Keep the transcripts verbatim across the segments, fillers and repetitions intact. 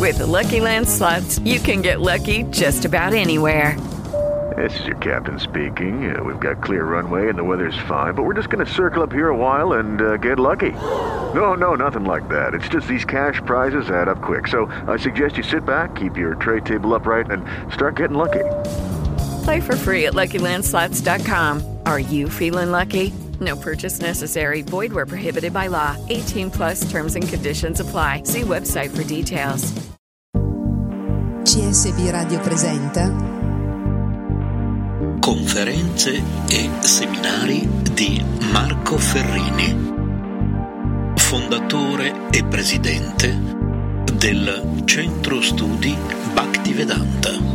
With Lucky Land Slots, you can get lucky just about anywhere. This is your captain speaking. Uh, we've got clear runway and the weather's fine, but we're just going to circle up here a while and uh, get lucky. No, no, nothing like that. It's just these cash prizes add up quick. So I suggest you sit back, keep your tray table upright, and start getting lucky. Play for free at Lucky Land Slots dot com. Are you feeling lucky? No purchase necessary. Void where prohibited by law. eighteen plus terms and conditions apply. See website for details. C S B Radio presenta Conferenze e seminari di Marco Ferrini, fondatore e presidente del Centro Studi Bhaktivedanta.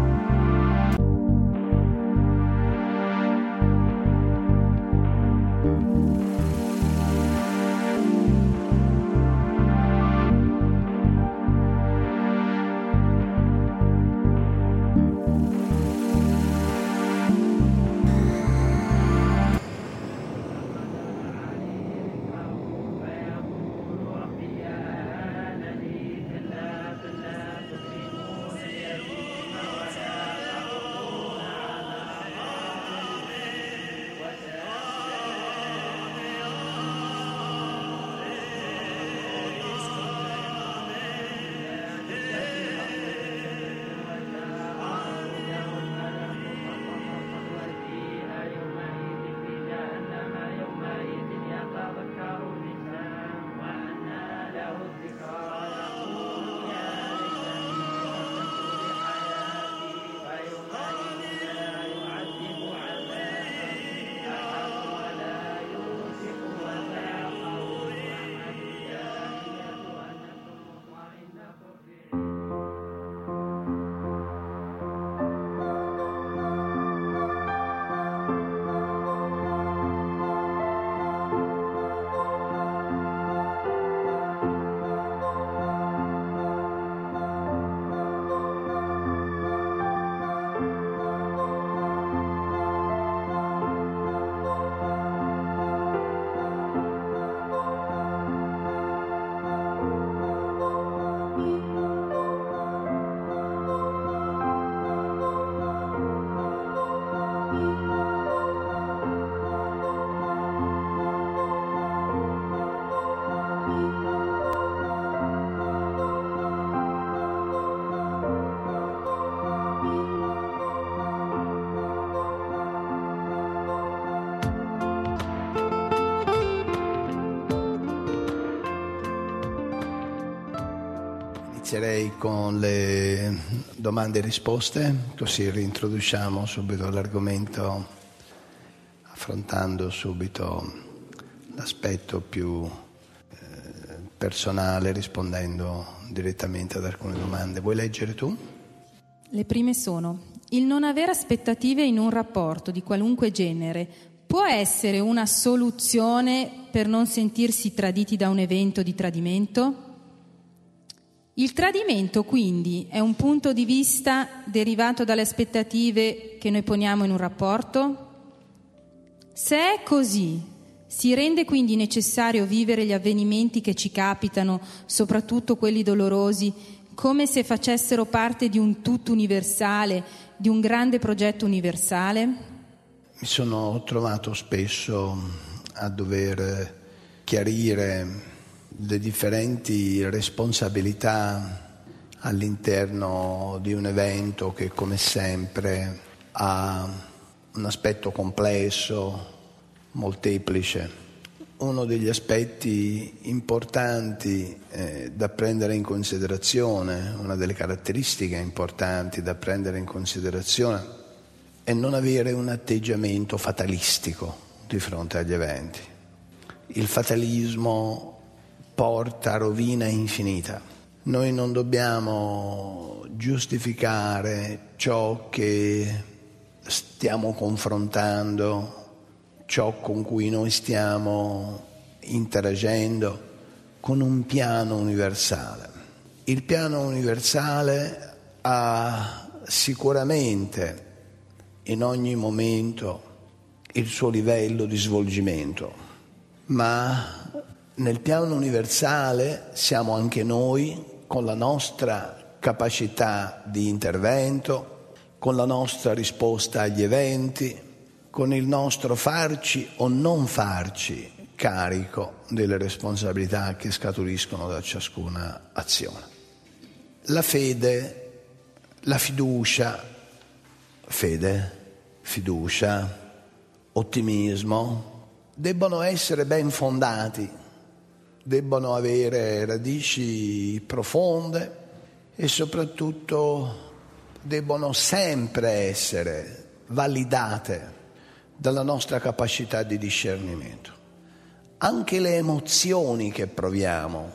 Inizierei con le domande e risposte, così reintroduciamo subito l'argomento, affrontando subito l'aspetto più eh, personale, rispondendo direttamente ad alcune domande. Vuoi leggere tu? Le prime sono: il non avere aspettative in un rapporto di qualunque genere può essere una soluzione per non sentirsi traditi da un evento di tradimento? Il tradimento, quindi, è un punto di vista derivato dalle aspettative che noi poniamo in un rapporto? Se è così, si rende quindi necessario vivere gli avvenimenti che ci capitano, soprattutto quelli dolorosi, come se facessero parte di un tutto universale, di un grande progetto universale? Mi sono trovato spesso a dover chiarire le differenti responsabilità all'interno di un evento che, come sempre, ha un aspetto complesso, molteplice. Uno degli aspetti importanti eh, da prendere in considerazione, una delle caratteristiche importanti da prendere in considerazione, è non avere un atteggiamento fatalistico di fronte agli eventi. Il fatalismo porta a rovina infinita. Noi non dobbiamo giustificare ciò che stiamo confrontando, ciò con cui noi stiamo interagendo, con un piano universale. Il piano universale ha sicuramente in ogni momento il suo livello di svolgimento, ma nel piano universale siamo anche noi con la nostra capacità di intervento, con la nostra risposta agli eventi, con il nostro farci o non farci carico delle responsabilità che scaturiscono da ciascuna azione. La fede, la fiducia, fede, fiducia, ottimismo, debbono essere ben fondati, debbono avere radici profonde e soprattutto debbono sempre essere validate dalla nostra capacità di discernimento. Anche le emozioni che proviamo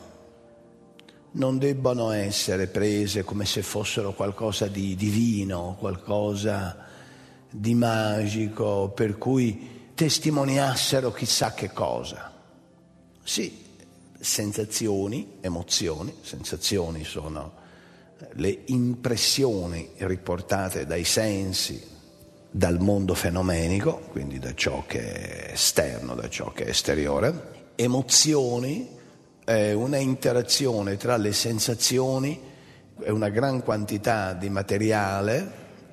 non debbono essere prese come se fossero qualcosa di divino, qualcosa di magico, per cui testimoniassero chissà che cosa. Sì, sensazioni, emozioni, sensazioni sono le impressioni riportate dai sensi, dal mondo fenomenico, quindi da ciò che è esterno, da ciò che è esteriore. Emozioni è una interazione tra le sensazioni e una gran quantità di materiale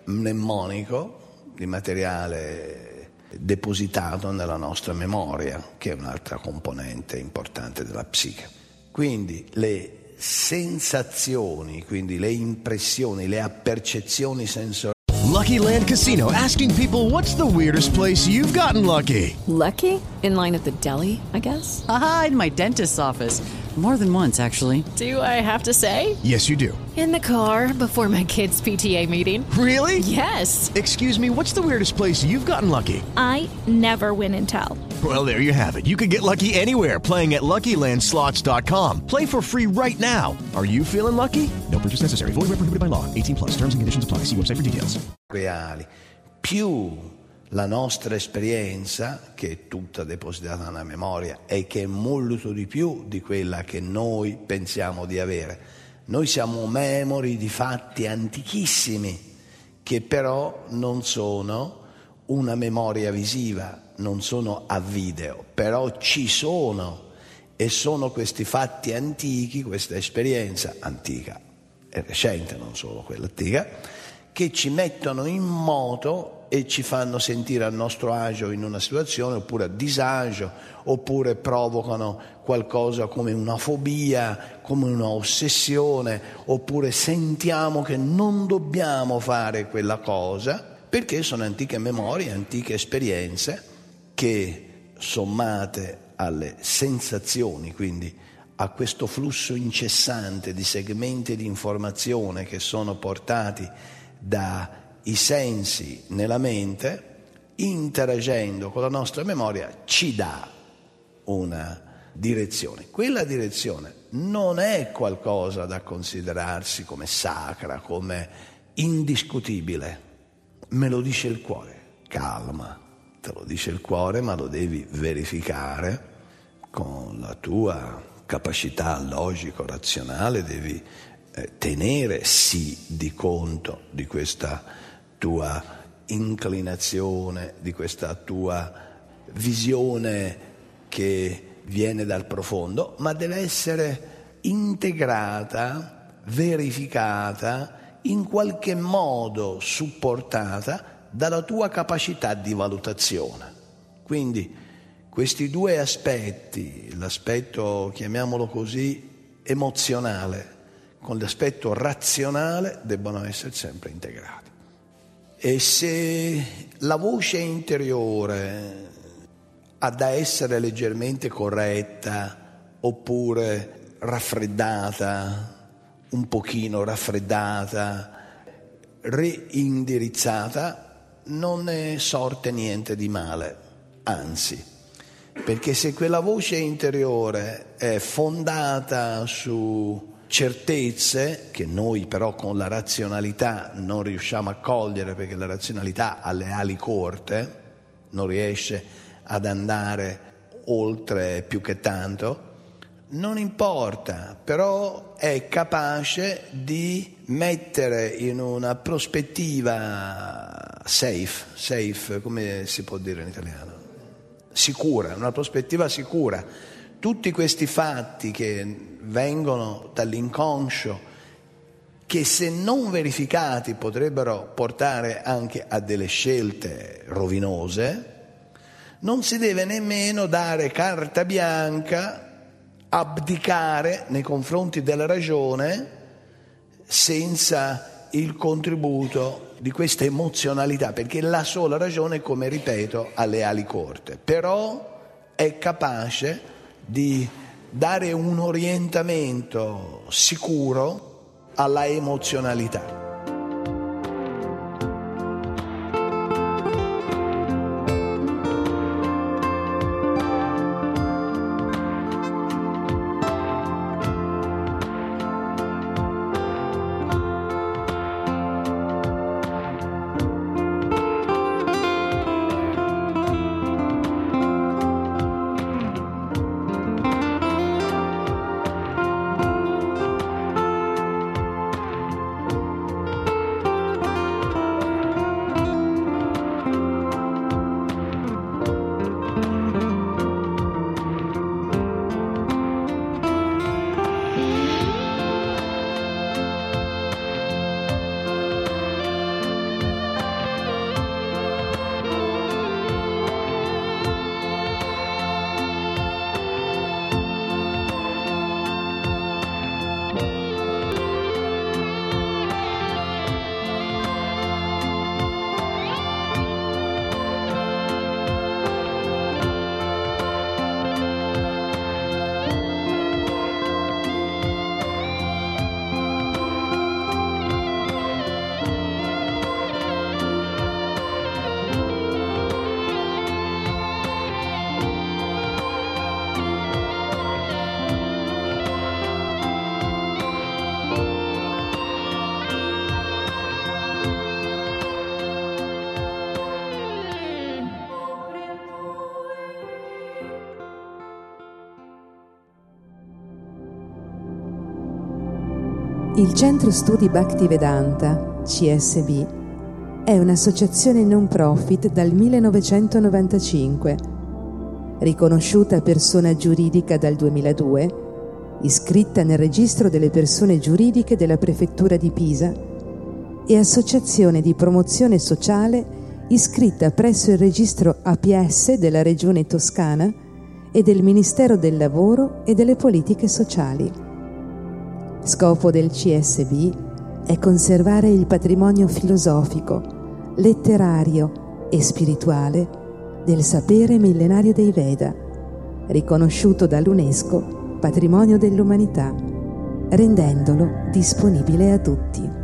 mnemonico, di materiale depositato nella nostra memoria, che è un'altra componente importante della psiche. Quindi le sensazioni, quindi le impressioni, le appercezioni sensoriali. Lucky Land Casino, asking people, what's the weirdest place you've gotten lucky? Lucky? In line at the deli, I guess? Aha, in my dentist's office. More than once, actually. Do I have to say? Yes, you do. In the car before my kids' P T A meeting. Really? Yes. Excuse me, what's the weirdest place you've gotten lucky? I never win and tell. Well, there you have it. You can get lucky anywhere, playing at Lucky Land Slots dot com. Play for free right now. Are you feeling lucky? No purchase necessary. Void where prohibited by law. eighteen plus. Terms and conditions apply. See website for details. Reali. Più la nostra esperienza, che è tutta depositata nella memoria e che è molto di più di quella che noi pensiamo di avere. Noi siamo memori di fatti antichissimi che però non sono una memoria visiva, non sono a video, però ci sono, e sono questi fatti antichi, questa esperienza antica e recente, non solo quella antica, che ci mettono in moto e ci fanno sentire a nostro agio in una situazione, oppure a disagio, oppure provocano qualcosa come una fobia, come una ossessione, oppure sentiamo che non dobbiamo fare quella cosa, perché sono antiche memorie, antiche esperienze che, sommate alle sensazioni, quindi a questo flusso incessante di segmenti di informazione che sono portati dai sensi nella mente, interagendo con la nostra memoria, ci dà una direzione. Quella direzione non è qualcosa da considerarsi come sacra, come indiscutibile. Me lo dice il cuore. Calma, te lo dice il cuore, ma lo devi verificare con la tua capacità logico-razionale, devi eh, tenere sì di conto di questa tua inclinazione, di questa tua visione che viene dal profondo, ma deve essere integrata, verificata, in qualche modo supportata dalla tua capacità di valutazione. Quindi questi due aspetti, l'aspetto, chiamiamolo così, emozionale, con l'aspetto razionale, debbono essere sempre integrati. E se la voce interiore ha da essere leggermente corretta, oppure raffreddata, un pochino raffreddata, reindirizzata, non è sorte niente di male, anzi, perché se quella voce interiore è fondata su certezze che noi però con la razionalità non riusciamo a cogliere, perché la razionalità ha le ali corte, non riesce ad andare oltre più che tanto, non importa, però è capace di mettere in una prospettiva safe, safe, come si può dire in italiano? Sicura, una prospettiva sicura, tutti questi fatti che vengono dall'inconscio, che se non verificati potrebbero portare anche a delle scelte rovinose, non si deve nemmeno dare carta bianca, abdicare nei confronti della ragione senza il contributo di questa emozionalità, perché la sola ragione, come ripeto, ha le ali corte, però è capace di dare un orientamento sicuro alla emozionalità. Il Centro Studi Bhaktivedanta, C S B, è un'associazione non profit dal millenovecentonovantacinque, riconosciuta persona giuridica dal duemiladue, iscritta nel registro delle persone giuridiche della Prefettura di Pisa e associazione di promozione sociale iscritta presso il registro A P S della Regione Toscana e del Ministero del Lavoro e delle Politiche Sociali. Scopo del C S B è conservare il patrimonio filosofico, letterario e spirituale del sapere millenario dei Veda, riconosciuto dall'UNESCO patrimonio dell'umanità, rendendolo disponibile a tutti.